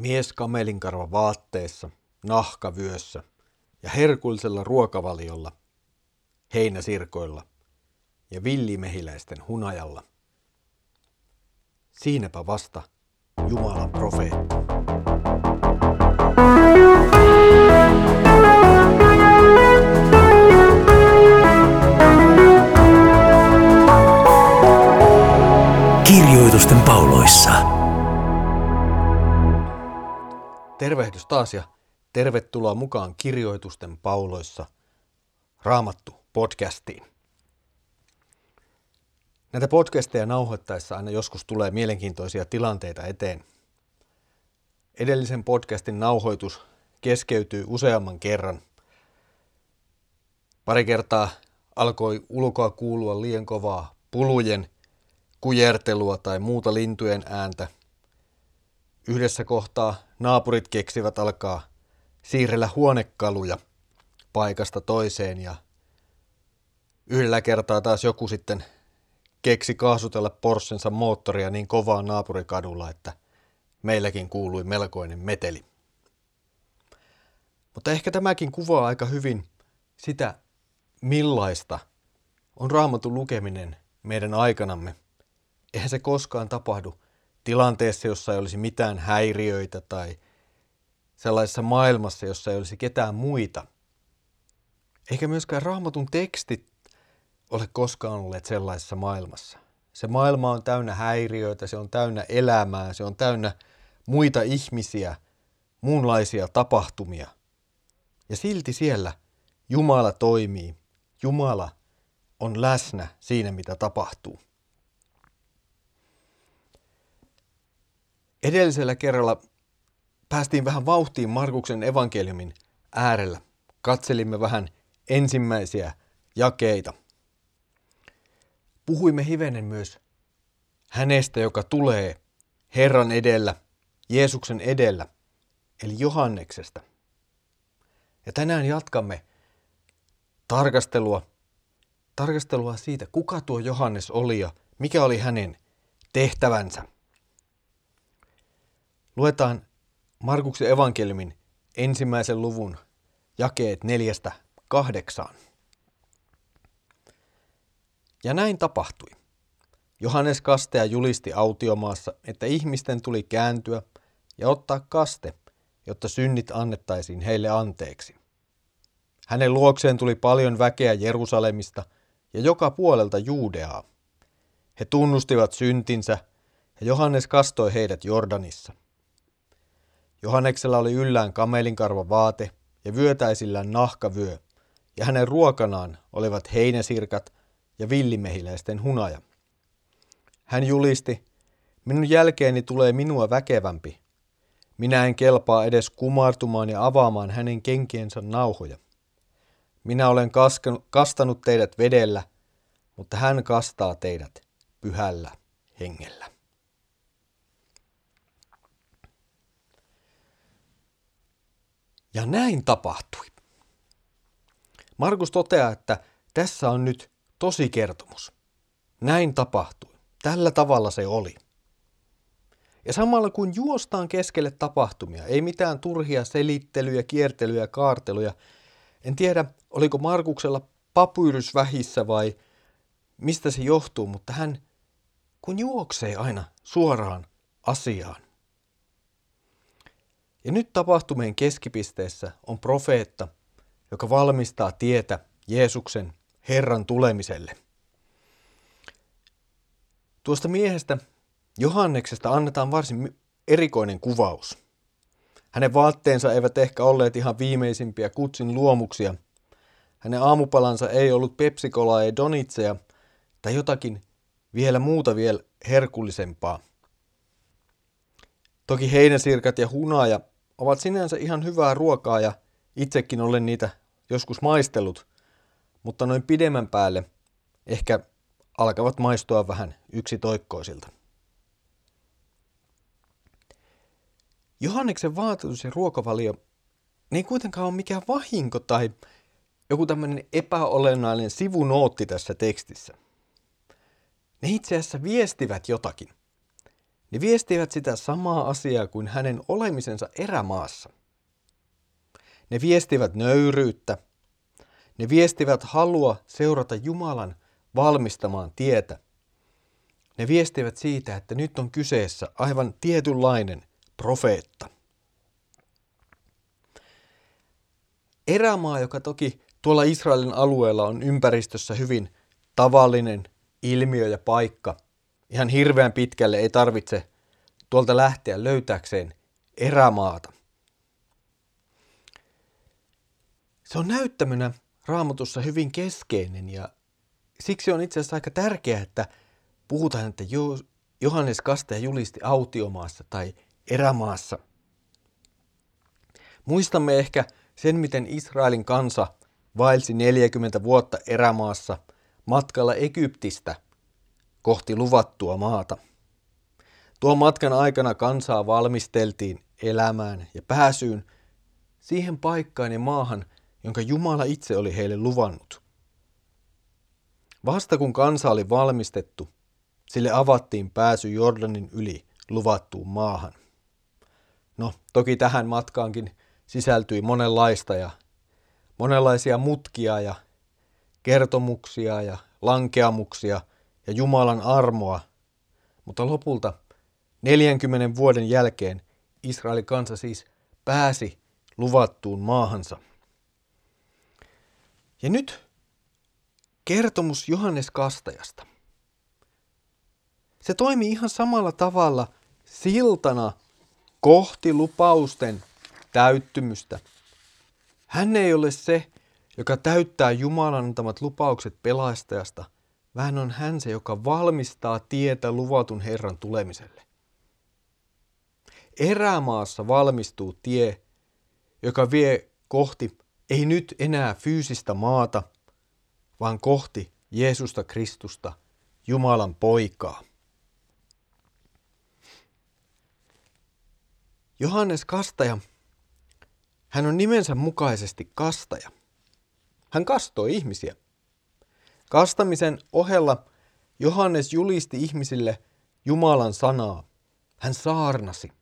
Mies kamelinkarva vaatteessa, nahkavyössä ja herkullisella ruokavaliolla, heinäsirkoilla ja villimehiläisten hunajalla. Siinäpä vasta Jumalan profeetta. Kirjoitusten pauloissa. Tervehdys taas ja tervetuloa mukaan Kirjoitusten pauloissa Raamattu-podcastiin. Näitä podcasteja nauhoittaessa aina joskus tulee mielenkiintoisia tilanteita eteen. Edellisen podcastin nauhoitus keskeytyi useamman kerran. Pari kertaa alkoi ulkoa kuulua liian kovaa pulujen kujertelua tai muuta lintujen ääntä. Yhdessä kohtaa naapurit keksivät alkaa siirrellä huonekaluja paikasta toiseen ja yhdellä kertaa taas joku sitten keksi kaasutella Porschensa moottoria niin kovaa naapurikadulla, että meilläkin kuului melkoinen meteli. Mutta ehkä tämäkin kuvaa aika hyvin sitä, millaista on Raamatun lukeminen meidän aikanamme. Eihän se koskaan tapahdu tilanteessa, jossa ei olisi mitään häiriöitä tai sellaisessa maailmassa, jossa ei olisi ketään muita. Eikä myöskään Raamatun tekstit ole koskaan olleet sellaisessa maailmassa. Se maailma on täynnä häiriöitä, se on täynnä elämää, se on täynnä muita ihmisiä, muunlaisia tapahtumia. Ja silti siellä Jumala toimii. Jumala on läsnä siinä, mitä tapahtuu. Edellisellä kerralla päästiin vähän vauhtiin Markuksen evankeliumin äärellä. Katselimme vähän ensimmäisiä jakeita. Puhuimme hivenen myös hänestä, joka tulee Herran edellä, Jeesuksen edellä, eli Johanneksesta. Ja tänään jatkamme tarkastelua siitä, kuka tuo Johannes oli ja mikä oli hänen tehtävänsä. Luetaan Markuksen evankeliumin 1. luvun jakeet 4-8. Ja näin tapahtui. Johannes Kastaja julisti autiomaassa, että ihmisten tuli kääntyä ja ottaa kaste, jotta synnit annettaisiin heille anteeksi. Hänen luokseen tuli paljon väkeä Jerusalemista ja joka puolelta Juudeaa. He tunnustivat syntinsä ja Johannes kastoi heidät Jordanissa. Johanneksella oli yllään kamelinkarva vaate ja vyötäisillään nahkavyö, ja hänen ruokanaan olivat heinäsirkat ja villimehiläisten hunaja. Hän julisti, minun jälkeeni tulee minua väkevämpi. Minä en kelpaa edes kumartumaan ja avaamaan hänen kenkiensä nauhoja. Minä olen kastanut teidät vedellä, mutta hän kastaa teidät pyhällä hengellä. Ja näin tapahtui. Markus toteaa, että tässä on nyt tosikertomus. Näin tapahtui. Tällä tavalla se oli. Ja samalla kun juostaan keskelle tapahtumia, ei mitään turhia selittelyjä, kiertelyjä, kaarteluja. En tiedä, oliko Markuksella papyrys vähissä vai mistä se johtuu, mutta hän kun juoksee aina suoraan asiaan. Ja nyt tapahtumien keskipisteessä on profeetta, joka valmistaa tietä Jeesuksen Herran tulemiselle. Tuosta miehestä Johanneksesta annetaan varsin erikoinen kuvaus. Hänen vaatteensa eivät ehkä olleet ihan viimeisimpiä kutsin luomuksia. Hänen aamupalansa ei ollut pepsikolaa ja donitseja tai jotakin muuta vielä herkullisempaa. Toki heinäsirkat ja hunaja ovat sinänsä ihan hyvää ruokaa ja itsekin olen niitä joskus maistellut, mutta noin pidemmän päälle ehkä alkavat maistua vähän yksitoikkoisilta. Johanneksen vaatetus ja ruokavalio ne ei kuitenkaan ole mikään vahinko tai joku tämmöinen epäolennainen sivunootti tässä tekstissä. Ne itse asiassa viestivät jotakin. Ne viestivät sitä samaa asiaa kuin hänen olemisensa erämaassa. Ne viestivät nöyryyttä. Ne viestivät halua seurata Jumalan valmistamaan tietä. Ne viestivät siitä, että nyt on kyseessä aivan tietynlainen profeetta. Erämaa, joka toki tuolla Israelin alueella on ympäristössä hyvin tavallinen ilmiö ja paikka. Ihan hirveän pitkälle ei tarvitse tuolta lähteä löytääkseen erämaata. Se on näyttämönä Raamatussa hyvin keskeinen ja siksi on itse asiassa aika tärkeää, että puhutaan, että Johannes Kastaja julisti autiomaassa tai erämaassa. Muistamme ehkä sen, miten Israelin kansa vaelsi 40 vuotta erämaassa matkalla Egyptistä kohti luvattua maata. Tuon matkan aikana kansaa valmisteltiin elämään ja pääsyyn siihen paikkaan ja maahan, jonka Jumala itse oli heille luvannut. Vasta kun kansa oli valmistettu, sille avattiin pääsy Jordanin yli luvattuun maahan. No, toki tähän matkaankin sisältyi monenlaisia mutkia ja kertomuksia ja lankeamuksia ja Jumalan armoa, mutta lopulta 40 vuoden jälkeen Israelin kansa siis pääsi luvattuun maahansa. Ja nyt kertomus Johannes Kastajasta. Se toimii ihan samalla tavalla siltana kohti lupausten täyttymystä. Hän ei ole se, joka täyttää Jumalan antamat lupaukset pelastajasta, vaan on hän se, joka valmistaa tietä luvatun Herran tulemiselle. Erämaassa valmistuu tie, joka vie kohti ei nyt enää fyysistä maata, vaan kohti Jeesusta Kristusta, Jumalan poikaa. Johannes Kastaja, hän on nimensä mukaisesti kastaja. Hän kastoi ihmisiä. Kastamisen ohella Johannes julisti ihmisille Jumalan sanaa. Hän saarnasi.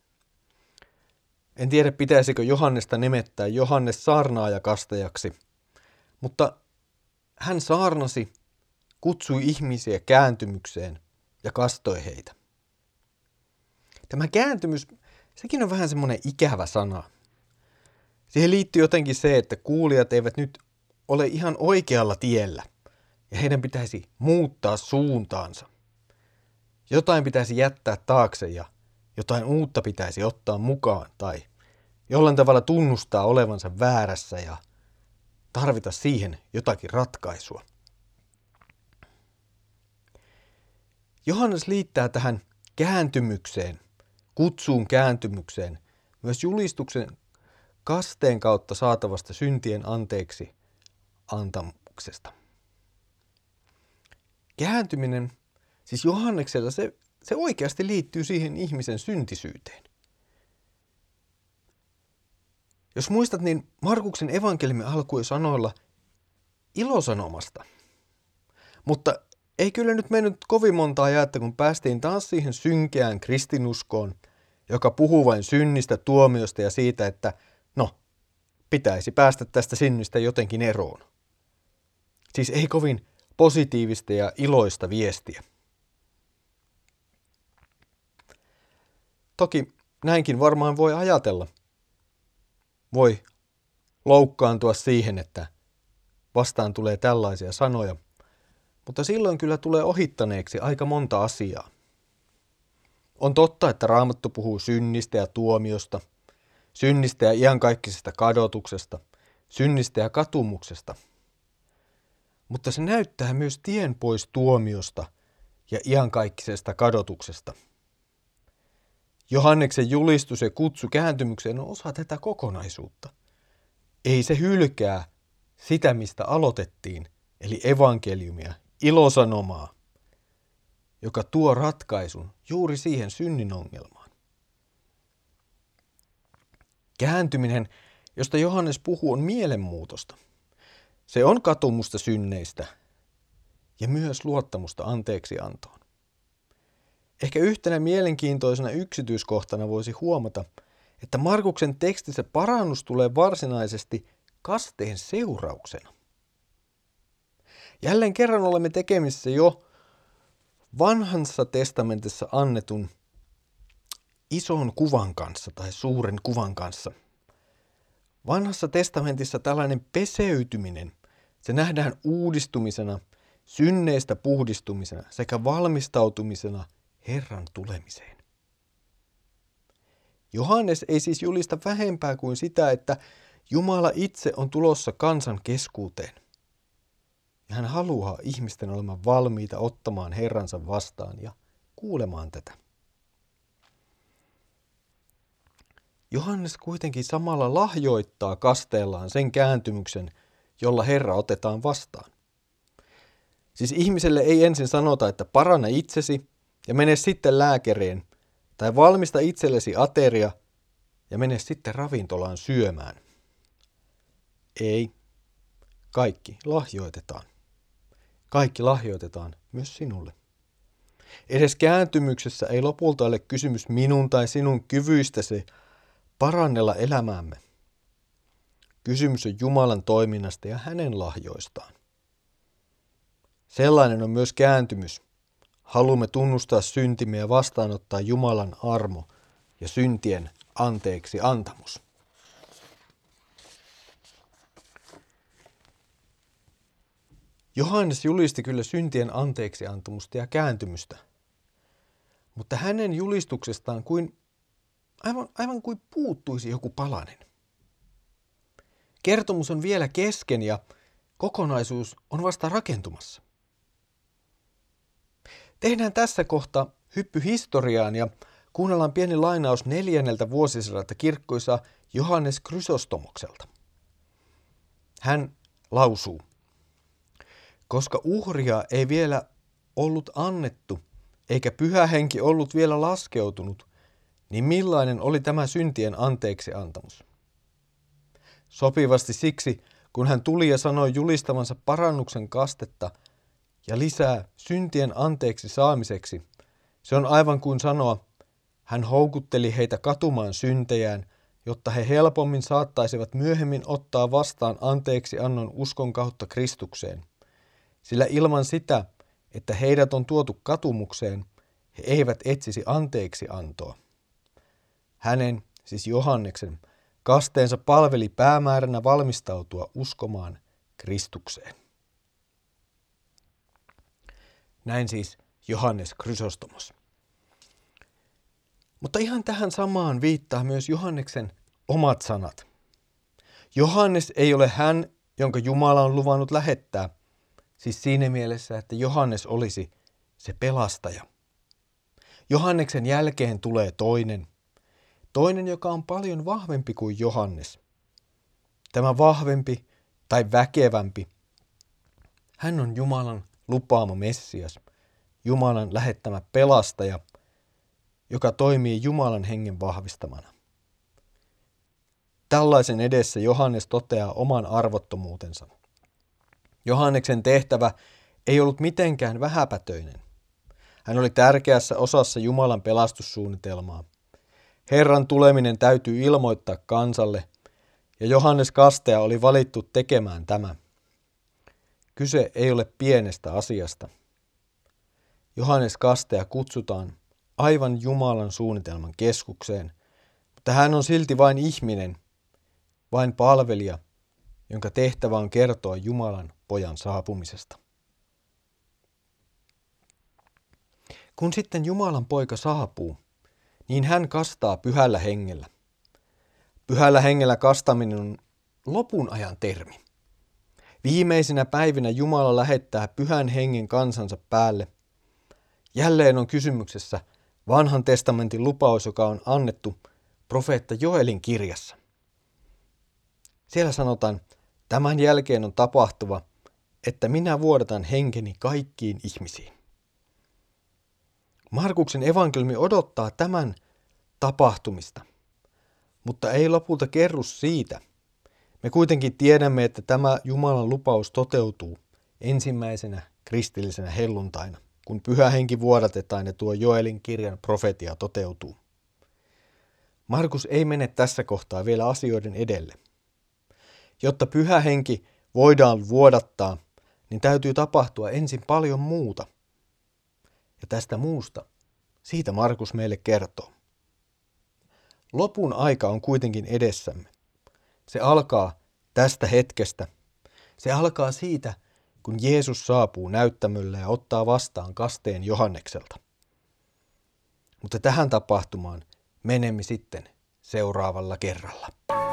En tiedä, pitäisikö Johannesta nimettää Johannes saarnaaja kastajaksi, mutta hän saarnasi, kutsui ihmisiä kääntymykseen ja kastoi heitä. Tämä kääntymys, sekin on vähän semmoinen ikävä sana. Siihen liittyy jotenkin se, että kuulijat eivät nyt ole ihan oikealla tiellä ja heidän pitäisi muuttaa suuntaansa. Jotain pitäisi jättää taakse ja jotain uutta pitäisi ottaa mukaan tai jollain tavalla tunnustaa olevansa väärässä ja tarvita siihen jotakin ratkaisua. Johannes liittää tähän kääntymykseen, kutsuun kääntymykseen, myös julistuksen kasteen kautta saatavasta syntien anteeksi antamuksesta. Kääntyminen, siis Johanneksella, se oikeasti liittyy siihen ihmisen syntisyyteen. Jos muistat, niin Markuksen evankeliumi alkoi sanoilla ilosanomasta. Mutta ei kyllä nyt mennyt kovin monta ajatta, kun päästiin taas siihen synkeään kristinuskoon, joka puhuu vain synnistä, tuomiosta ja siitä, että pitäisi päästä tästä synnistä jotenkin eroon. Siis ei kovin positiivista ja iloista viestiä. Toki näinkin varmaan voi ajatella. Voi loukkaantua siihen, että vastaan tulee tällaisia sanoja, mutta silloin kyllä tulee ohittaneeksi aika monta asiaa. On totta, että Raamattu puhuu synnistä ja tuomiosta, synnistä ja iankaikkisesta kadotuksesta, synnistä ja katumuksesta. Mutta se näyttää myös tien pois tuomiosta ja iankaikkisesta kadotuksesta. Johanneksen julistus ja kutsu kääntymykseen on osa tätä kokonaisuutta. Ei se hylkää sitä, mistä aloitettiin, eli evankeliumia, ilosanomaa, joka tuo ratkaisun juuri siihen synnin ongelmaan. Kääntyminen, josta Johannes puhuu, on mielenmuutosta. Se on katumusta synneistä ja myös luottamusta anteeksiantoon. Ehkä yhtenä mielenkiintoisena yksityiskohtana voisi huomata, että Markuksen tekstissä parannus tulee varsinaisesti kasteen seurauksena. Jälleen kerran olemme tekemisissä jo vanhassa testamentissa annetun ison kuvan kanssa tai suuren kuvan kanssa. Vanhassa testamentissa tällainen peseytyminen, se nähdään uudistumisena, synneistä puhdistumisena sekä valmistautumisena Herran tulemiseen. Johannes ei siis julista vähempää kuin sitä, että Jumala itse on tulossa kansan keskuuteen. Ja hän haluaa ihmisten olemaan valmiita ottamaan Herransa vastaan ja kuulemaan tätä. Johannes kuitenkin samalla lahjoittaa kasteellaan sen kääntymyksen, jolla Herra otetaan vastaan. Siis ihmiselle ei ensin sanota, että paranna itsesi ja mene sitten lääkäreen, tai valmista itsellesi ateria ja mene sitten ravintolaan syömään. Ei, kaikki lahjoitetaan. Kaikki lahjoitetaan myös sinulle. Edes kääntymyksessä ei lopulta ole kysymys minun tai sinun kyvyistäsi parannella elämäämme. Kysymys on Jumalan toiminnasta ja hänen lahjoistaan. Sellainen on myös kääntymys. Haluamme tunnustaa syntimme ja vastaanottaa Jumalan armo ja syntien anteeksi antamus. Johannes julisti kyllä syntien anteeksi antamusta ja kääntymystä, mutta hänen julistuksestaan aivan kuin puuttuisi joku palanen. Kertomus on vielä kesken ja kokonaisuus on vasta rakentumassa. Tehdään tässä kohta hyppy historiaan ja kuunnellaan pieni lainaus 4. vuosisadalta kirkkoisa Johannes Chrysostomokselta. Hän lausuu: koska uhria ei vielä ollut annettu, eikä Pyhä Henki ollut vielä laskeutunut, niin millainen oli tämä syntien anteeksi antamus? Sopivasti siksi, kun hän tuli ja sanoi julistavansa parannuksen kastetta ja lisää syntien anteeksi saamiseksi, se on aivan kuin sanoa, hän houkutteli heitä katumaan syntejään, jotta he helpommin saattaisivat myöhemmin ottaa vastaan anteeksi annon uskon kautta Kristukseen. Sillä ilman sitä, että heidät on tuotu katumukseen, he eivät etsisi anteeksi antoa. Hänen, siis Johanneksen, kasteensa palveli päämääränä valmistautua uskomaan Kristukseen. Näin siis Johannes Chrysostomos. Mutta ihan tähän samaan viittaa myös Johanneksen omat sanat. Johannes ei ole hän, jonka Jumala on luvannut lähettää, siis siinä mielessä, että Johannes olisi se pelastaja. Johanneksen jälkeen tulee toinen, joka on paljon vahvempi kuin Johannes. Tämä vahvempi tai väkevämpi, hän on Jumalan lupaama Messias, Jumalan lähettämä pelastaja, joka toimii Jumalan hengen vahvistamana. Tällaisen edessä Johannes toteaa oman arvottomuutensa. Johanneksen tehtävä ei ollut mitenkään vähäpätöinen. Hän oli tärkeässä osassa Jumalan pelastussuunnitelmaa. Herran tuleminen täytyy ilmoittaa kansalle, ja Johannes Kastaja oli valittu tekemään tämä. Kyse ei ole pienestä asiasta. Johannes Kastaja kutsutaan aivan Jumalan suunnitelman keskukseen, mutta hän on silti vain ihminen, vain palvelija, jonka tehtävä on kertoa Jumalan pojan saapumisesta. Kun sitten Jumalan poika saapuu, niin hän kastaa pyhällä hengellä. Pyhällä hengellä kastaminen on lopun ajan termi. Viimeisinä päivinä Jumala lähettää pyhän hengen kansansa päälle. Jälleen on kysymyksessä vanhan testamentin lupaus, joka on annettu profeetta Joelin kirjassa. Siellä sanotaan, tämän jälkeen on tapahtuva, että minä vuodatan henkeni kaikkiin ihmisiin. Markuksen evankeliumi odottaa tämän tapahtumista, mutta ei lopulta kerro siitä. Me kuitenkin tiedämme, että tämä Jumalan lupaus toteutuu ensimmäisenä kristillisenä helluntaina, kun Pyhä Henki vuodatetaan ja tuo Joelin kirjan profetia toteutuu. Markus ei mene tässä kohtaa vielä asioiden edelle. Jotta Pyhä Henki voidaan vuodattaa, niin täytyy tapahtua ensin paljon muuta. Ja tästä muusta, siitä Markus meille kertoo. Lopun aika on kuitenkin edessämme. Se alkaa tästä hetkestä. Se alkaa siitä, kun Jeesus saapuu näyttämölle ja ottaa vastaan kasteen Johannekselta. Mutta tähän tapahtumaan menemme sitten seuraavalla kerralla.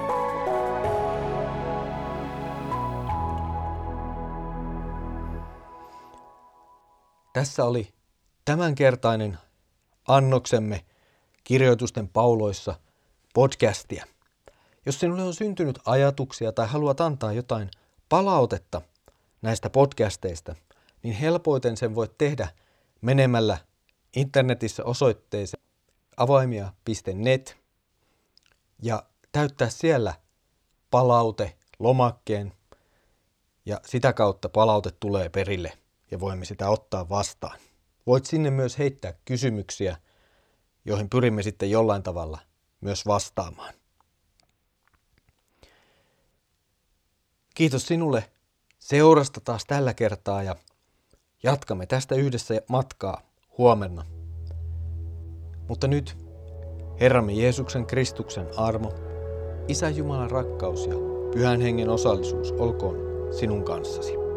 Tässä oli tämänkertainen annoksemme Kirjoitusten pauloissa podcastia. Jos sinulle on syntynyt ajatuksia tai haluat antaa jotain palautetta näistä podcasteista, niin helpoiten sen voit tehdä menemällä internetissä osoitteeseen avaimia.net ja täyttää siellä palaute-lomakkeen ja sitä kautta palaute tulee perille ja voimme sitä ottaa vastaan. Voit sinne myös heittää kysymyksiä, joihin pyrimme sitten jollain tavalla myös vastaamaan. Kiitos sinulle seurasta taas tällä kertaa ja jatkamme tästä yhdessä matkaa huomenna. Mutta nyt Herramme Jeesuksen Kristuksen armo, Isä Jumalan rakkaus ja Pyhän Hengen osallisuus olkoon sinun kanssasi.